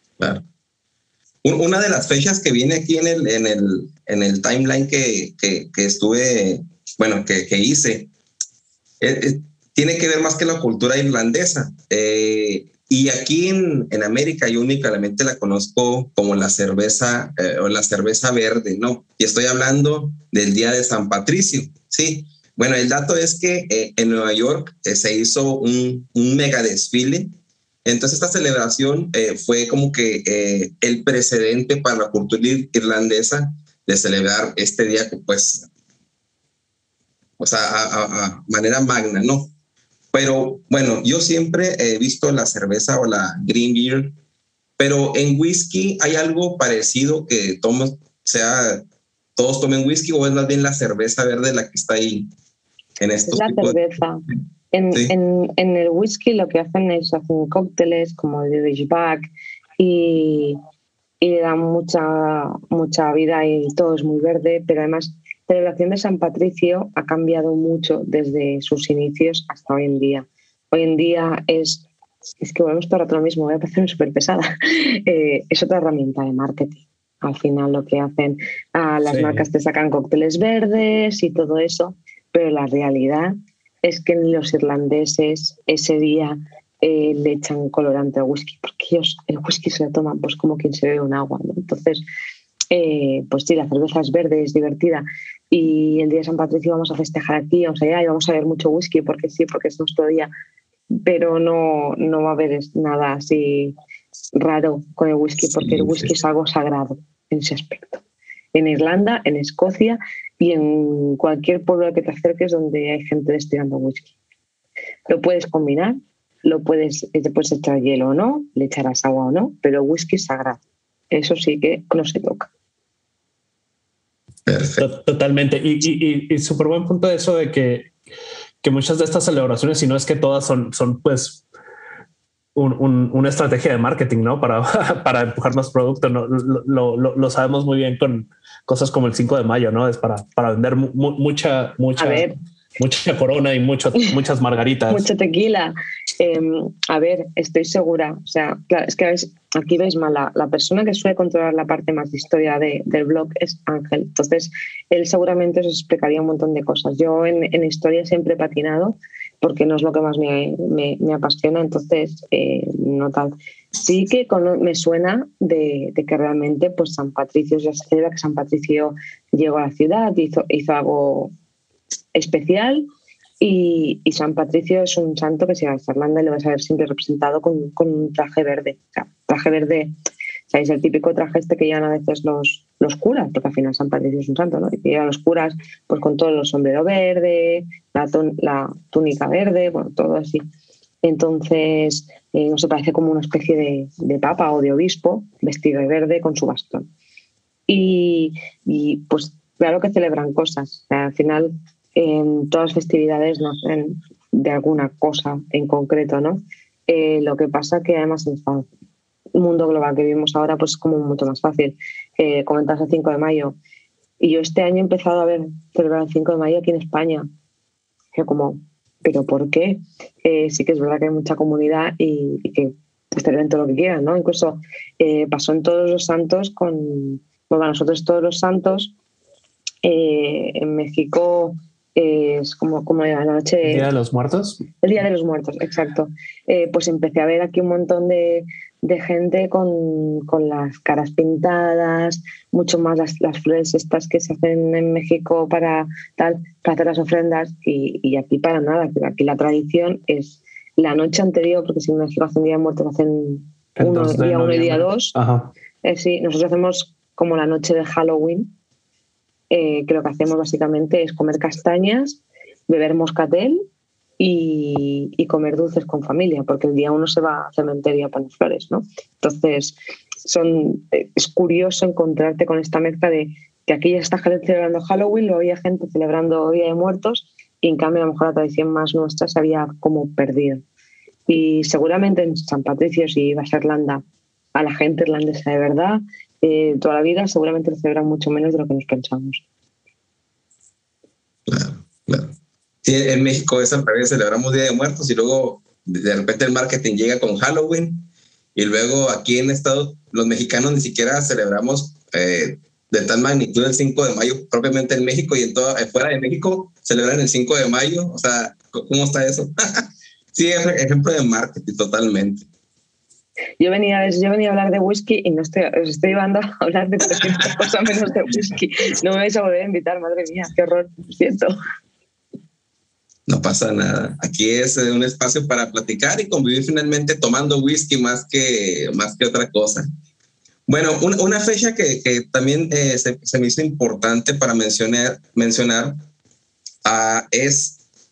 Una de las fechas que viene aquí en el timeline que estuve, bueno, que hice, tiene que ver más que la cultura irlandesa. Y aquí en América yo únicamente la conozco como la cerveza o la cerveza verde, ¿no? Y estoy hablando del Día de San Patricio, ¿sí? Bueno, el dato es que en Nueva York se hizo un mega desfile. Entonces esta celebración fue como que el precedente para la cultura irlandesa de celebrar este día pues a manera magna, ¿no? Pero bueno, yo siempre he visto la cerveza o la green beer, pero en whisky hay algo parecido que todos tomen whisky, o es más bien la cerveza verde la que está ahí en estos tipos. La cerveza. En el whisky lo que hacen es hacen cócteles como el Irish Back y le dan mucha vida y todo es muy verde, pero además la celebración de San Patricio ha cambiado mucho desde sus inicios hasta hoy en día. Hoy en día es que volvemos todo el rato lo mismo, voy a parecerme súper pesada. Es otra herramienta de marketing. Al final lo que hacen, las marcas te sacan cócteles verdes y todo eso, pero la realidad es que ni los irlandeses ese día le echan colorante al whisky, porque ellos el whisky se lo toman pues como quien se bebe un agua, ¿no? Entonces, pues sí, la cerveza es verde, es divertida, y el día de San Patricio vamos a festejar aquí, vamos allá y vamos a beber mucho whisky porque sí, porque es nuestro día, pero no va a haber nada así raro con el whisky porque el whisky es algo sagrado en ese aspecto. En Irlanda, en Escocia y en cualquier pueblo al que te acerques donde hay gente destilando whisky. Lo puedes combinar, te puedes echar hielo o no, le echarás agua o no, pero el whisky es sagrado. Eso sí que no se toca. Perfecto. Totalmente. Y súper buen punto de eso de que muchas de estas celebraciones, si no es que todas son pues una estrategia de marketing, ¿no? Para empujar más producto. ¿No? Lo sabemos muy bien con cosas como el 5 de mayo, ¿no? Es para vender mucha corona y muchas margaritas. Mucho tequila. A ver, estoy segura. O sea, claro, es que aquí veis mal. La persona que suele controlar la parte más de historia del blog es Ángel. Entonces, él seguramente os explicaría un montón de cosas. Yo en historia siempre he patinado porque no es lo que más me apasiona. Entonces, no tal. Sí que me suena de que realmente pues San Patricio ya se celebra, que San Patricio llegó a la ciudad, hizo algo especial y San Patricio es un santo que si vas a Irlanda lo vas a ver siempre representado con un traje verde. O sea, traje verde, ¿sabéis? El típico traje este que llevan a veces los curas, porque al final San Patricio es un santo, ¿no? Y que llevan los curas pues con todo el sombrero verde, la túnica verde, bueno, todo así. Entonces, no se parece como una especie de papa o de obispo vestido de verde con su bastón. Y pues claro que celebran cosas. O sea, al final, en todas las festividades nacen de alguna cosa en concreto, ¿no? Lo que pasa que además en este mundo global que vivimos ahora, pues es como mucho más fácil. Comentas el 5 de mayo. Y yo este año he empezado a celebrar el 5 de mayo aquí en España. Yo como, ¿pero por qué? Sí que es verdad que hay mucha comunidad y que pues, celebren todo lo que quieran, ¿no? Incluso pasó en Todos los Santos bueno, nosotros Todos los Santos en México es como la noche... ¿El Día de los Muertos? El Día de los Muertos, exacto. Pues empecé a ver aquí un montón de gente con las caras pintadas, mucho más las flores estas que se hacen en México para hacer las ofrendas y aquí para nada. Aquí la tradición es la noche anterior, porque si en México hacen Día de Muertos, hacen día 1 y día 2. Ajá. Sí, nosotros hacemos como la noche de Halloween, que lo que hacemos básicamente es comer castañas, beber moscatel y comer dulces con familia, porque el día 1 se va al cementerio a poner flores, ¿no? Entonces, es curioso encontrarte con esta mezcla de que aquí ya está gente celebrando Halloween, luego había gente celebrando Día de Muertos y en cambio a lo mejor la tradición más nuestra se había como perdido. Y seguramente en San Patricio, si vas a Irlanda, a la gente irlandesa de verdad, toda la vida seguramente lo celebran mucho menos de lo que nos pensamos. Claro. Sí, en México es al revés, celebramos Día de Muertos y luego de repente el marketing llega con Halloween y luego aquí en Estados los mexicanos ni siquiera celebramos de tal magnitud el 5 de mayo propiamente en México y fuera de México celebran el 5 de mayo. O sea, ¿cómo está eso? Sí, es ejemplo de marketing totalmente. Yo venía a hablar de whisky y os estoy llevando a hablar de cualquier cosa menos de whisky. No me vais a volver a invitar, madre mía, qué horror, lo siento. No pasa nada. Aquí es un espacio para platicar y convivir finalmente tomando whisky más que otra cosa. Bueno, una fecha que también se me hizo importante para mencionar es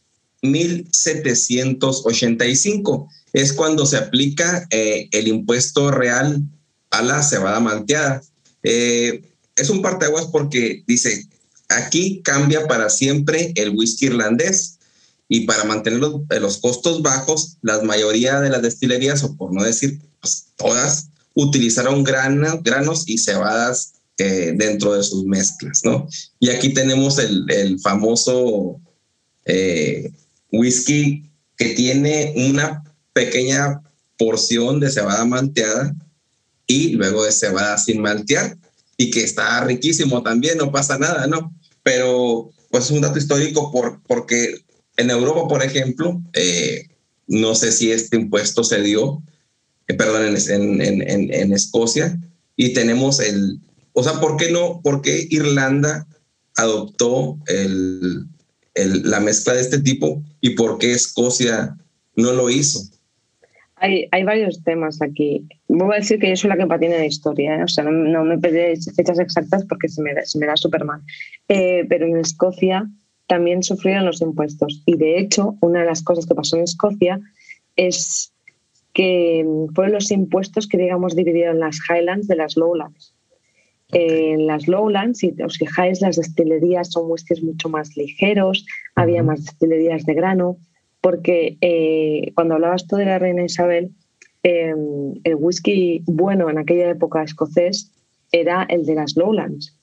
1785. Es cuando se aplica el impuesto real a la cebada malteada. Es un parteaguas porque dice, aquí cambia para siempre el whisky irlandés y para mantener los costos bajos, la mayoría de las destilerías, o por no decir pues, todas, utilizaron granos y cebadas dentro de sus mezclas, ¿no? Y aquí tenemos el famoso whisky que tiene una pequeña porción de cebada malteada y luego de cebada sin maltear y que está riquísimo también, no pasa nada, ¿no? Pero pues es un dato histórico porque en Europa, por ejemplo, no sé si este impuesto se dio, en Escocia y tenemos o sea, ¿por qué Irlanda adoptó la mezcla de este tipo y por qué Escocia no lo hizo? Hay varios temas aquí. Voy a decir que yo soy la que patina de historia, ¿eh? O sea, no me pedís fechas exactas porque se me da súper mal. Pero en Escocia también sufrieron los impuestos. Y de hecho, una de las cosas que pasó en Escocia es que fueron los impuestos que, digamos, dividieron las Highlands de las Lowlands. En las Lowlands, si os fijáis, las destilerías son whiskies mucho más ligeros, había más destilerías de grano, porque cuando hablabas tú de la reina Isabel, el whisky bueno en aquella época escocés era el de las Lowlands.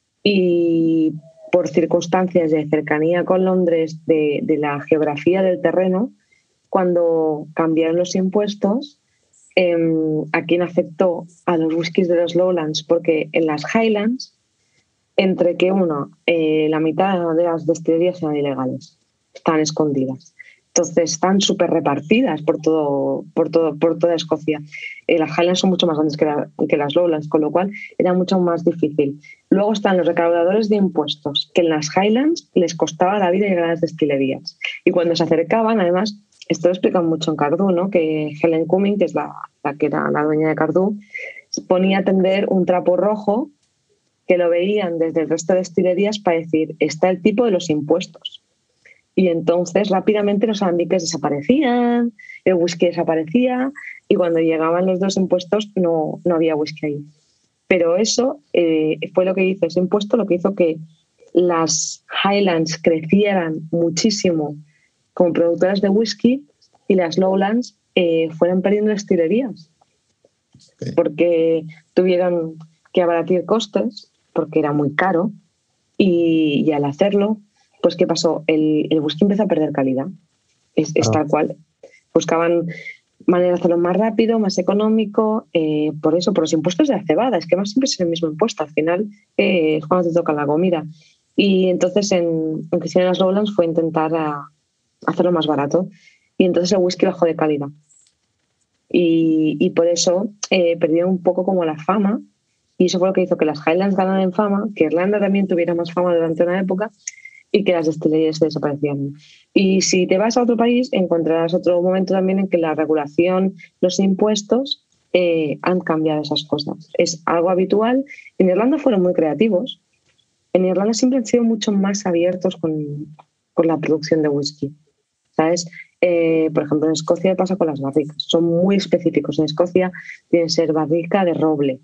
Y por circunstancias de cercanía con Londres, de la geografía del terreno, cuando cambiaron los impuestos, ¿a quién afectó? A los whiskies de los Lowlands, porque en las Highlands, entre que la mitad de las destilerías eran ilegales, están escondidas. Entonces están súper repartidas por toda Escocia. Las Highlands son mucho más grandes que las Lowlands, con lo cual era mucho más difícil. Luego están los recaudadores de impuestos, que en las Highlands les costaba la vida llegar a las destilerías. Y cuando se acercaban, además, esto lo explican mucho en Cardú, ¿no? Que Helen Cumming, que es la que era la dueña de Cardú, ponía a tender un trapo rojo que lo veían desde el resto de destilerías para decir, está el tipo de los impuestos. Y entonces rápidamente los alambiques desaparecían, el whisky desaparecía y cuando llegaban los dos impuestos no había whisky ahí. Pero eso fue lo que hizo, ese impuesto lo que hizo que las Highlands crecieran muchísimo como productoras de whisky y las Lowlands fueran perdiendo destilerías. Okay. Porque tuvieron que abaratir costes, porque era muy caro, y al hacerlo, pues ¿qué pasó? El whisky empezó a perder calidad. Es tal cual. Buscaban manera de hacerlo más rápido, más económico, por los impuestos de la cebada. Es que más siempre es el mismo impuesto. Al final es cuando te toca la comida. Y entonces en que hicieron las Lowlands fue intentar hacerlo más barato. Y entonces el whisky bajó de calidad. Y por eso perdieron un poco como la fama. Y eso fue lo que hizo que las Highlands ganaran en fama, que Irlanda también tuviera más fama durante una época y que las destilerías desaparecieran. Y si te vas a otro país, encontrarás otro momento también en que la regulación, los impuestos han cambiado esas cosas. Es algo habitual. En Irlanda fueron muy creativos. En Irlanda siempre han sido mucho más abiertos con la producción de whisky. ¿Sabes? Por ejemplo, en Escocia pasa con las barricas. Son muy específicos. En Escocia tiene que ser barrica de roble.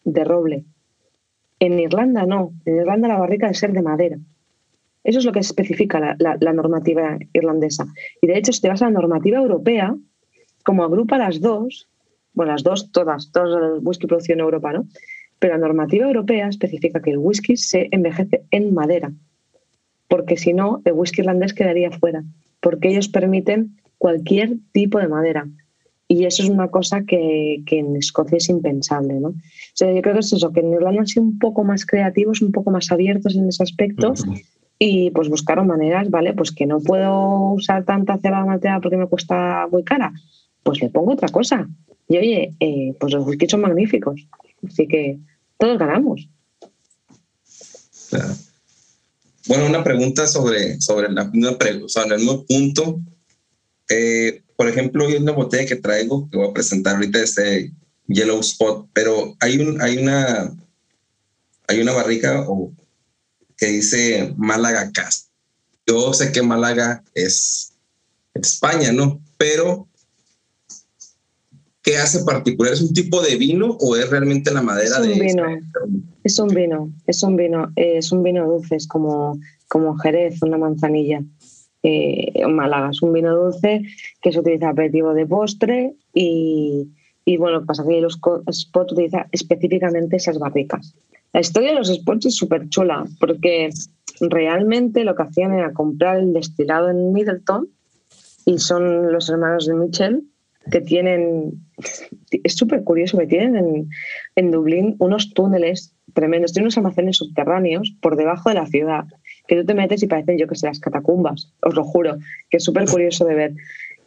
En Irlanda no. En Irlanda la barrica debe ser de madera. Eso es lo que especifica la normativa irlandesa. Y de hecho, si te vas a la normativa europea, como agrupa las dos, bueno, todas el whisky producido en Europa, ¿no? Pero la normativa europea especifica que el whisky se envejece en madera, porque si no, el whisky irlandés quedaría fuera, porque ellos permiten cualquier tipo de madera. Y eso es una cosa que en Escocia es impensable, ¿no? O sea, yo creo que es eso, que en Irlanda han sido un poco más creativos, un poco más abiertos en ese aspecto. Y pues buscaron maneras, ¿vale? Pues que no puedo usar tanta cebada malteada porque me cuesta muy cara. Pues le pongo otra cosa. Y oye, pues los whiskies son magníficos. Así que todos ganamos. Claro. Bueno, una pregunta sobre el mismo punto. Por ejemplo, hay una botella que traigo, que voy a presentar ahorita, Yellow Spot, pero hay una barrica que dice Málaga Cask. Yo sé que Málaga es España, ¿no? Pero ¿qué hace particular? ¿Es un tipo de vino o es realmente la madera de vino? Es un vino. Es un vino dulce, es como Jerez, una manzanilla. Málaga es un vino dulce que se utiliza aperitivo de postre y bueno, pasa que los spots utiliza específicamente esas barricas. La historia de los spots es súper chula porque realmente lo que hacían era comprar el destilado en Middleton y son los hermanos de Mitchell que tienen, es súper curioso, que tienen en Dublín unos túneles tremendos, tienen unos almacenes subterráneos por debajo de la ciudad que tú te metes y parecen, yo que sé, las catacumbas, os lo juro, que es súper curioso de ver.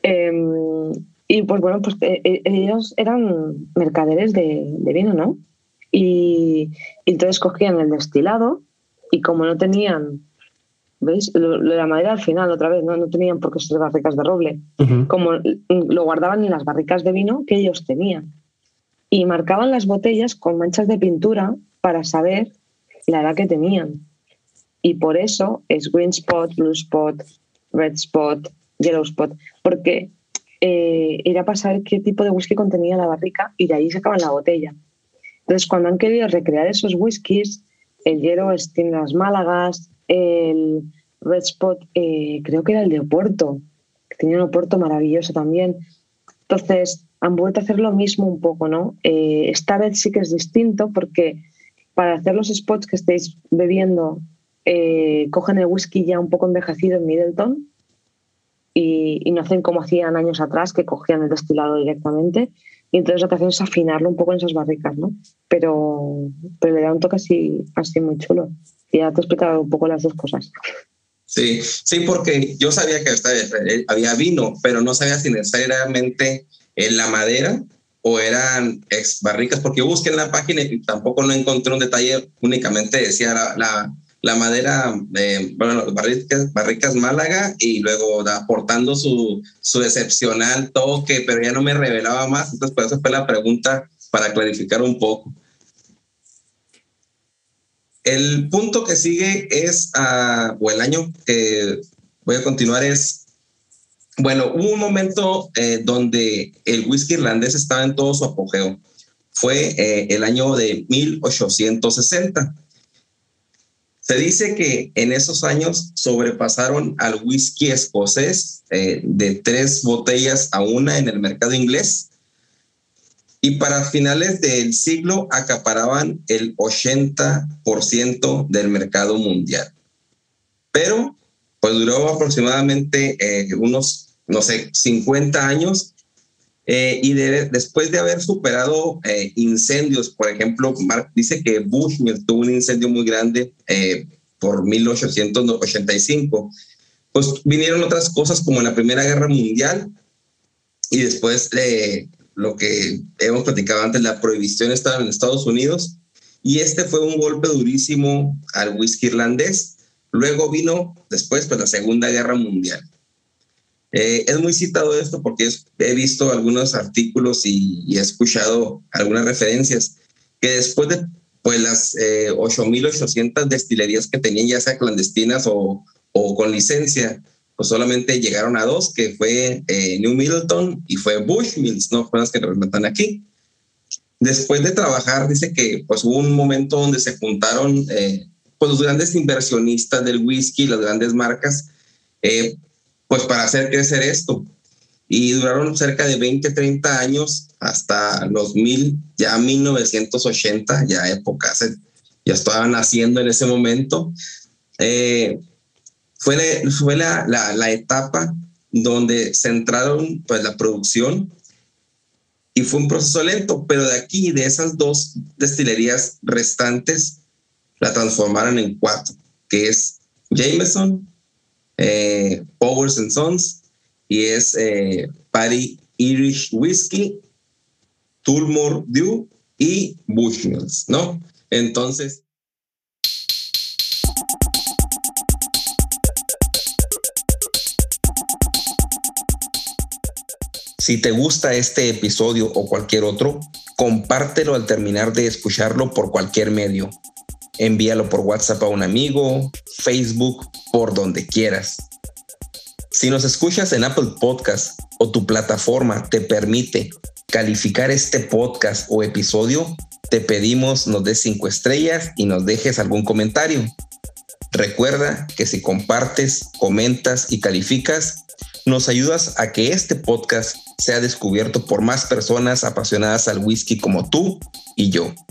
Y pues bueno, pues ellos eran mercaderes de vino, ¿no? Y entonces cogían el destilado Y como no tenían, ¿veis? Lo de la madera al final, otra vez, no tenían por qué ser barricas de roble. Como lo guardaban en las barricas de vino que ellos tenían. Y marcaban las botellas con manchas de pintura para saber la edad que tenían. Y por eso es green spot, blue spot, red spot, yellow spot, porque era para saber qué tipo de whisky contenía la barrica y de ahí sacaban la botella. Entonces, cuando han querido recrear esos whiskies, el yellow tiene las Málagas, el red spot creo que era el de Oporto, que tenía un Oporto maravilloso también. Entonces, han vuelto a hacer lo mismo un poco, ¿no? Esta vez sí que es distinto porque para hacer los spots que estéis bebiendo, cogen el whisky ya un poco envejecido en Middleton y no hacen como hacían años atrás, que cogían el destilado directamente, y entonces lo que hacen es afinarlo un poco en esas barricas, ¿no? Pero le da un toque así muy chulo. Y ya te he explicado un poco las dos cosas. Sí, porque yo sabía que había vino, pero no sabía si necesariamente en la madera o eran ex barricas, porque busqué en la página y tampoco no encontré un detalle, únicamente decía la madera, barricas Málaga, y luego aportando su excepcional toque, pero ya no me revelaba más, entonces por eso fue la pregunta para clarificar un poco. El punto que sigue es, o el año que voy a continuar es, bueno, hubo un momento donde el whisky irlandés estaba en todo su apogeo. Fue el año de 1860. Se dice que en esos años sobrepasaron al whisky escocés de 3 botellas a 1 en el mercado inglés. Y para finales del siglo acaparaban el 80% del mercado mundial. Pero pues duró aproximadamente unos, 50 años. Y después de haber superado incendios, por ejemplo, Mark dice que Bushmills tuvo un incendio muy grande por 1885. Pues vinieron otras cosas como la Primera Guerra Mundial y después lo que hemos platicado antes, la prohibición estaba en Estados Unidos, y este fue un golpe durísimo al whisky irlandés. Luego vino después pues la Segunda Guerra Mundial. Es muy citado esto porque he visto algunos artículos y he escuchado algunas referencias que después de pues las 8.800 destilerías que tenían, ya sea clandestinas o con licencia, pues solamente llegaron a 2, que fue New Middleton y fue Bushmills, ¿no? Fueron las que representan aquí. Después de trabajar, dice que pues hubo un momento donde se juntaron pues los grandes inversionistas del whisky, las grandes marcas, pues para hacer crecer esto. Y duraron cerca de 20, 30 años hasta los 1980, ya épocas, ya estaban naciendo en ese momento. Fue la etapa donde centraron pues la producción y fue un proceso lento, pero de aquí, de esas 2 destilerías restantes, la transformaron en 4, que es Jameson, Powers & Sons, y es Paddy Irish Whiskey, Tullamore Dew y Bushmills, ¿no? Entonces, si te gusta este episodio o cualquier otro, compártelo al terminar de escucharlo por cualquier medio. Envíalo por WhatsApp a un amigo, Facebook, por donde quieras. Si nos escuchas en Apple Podcast o tu plataforma te permite calificar este podcast o episodio, te pedimos nos des 5 estrellas y nos dejes algún comentario. Recuerda que si compartes, comentas y calificas, nos ayudas a que este podcast sea descubierto por más personas apasionadas al whisky como tú y yo.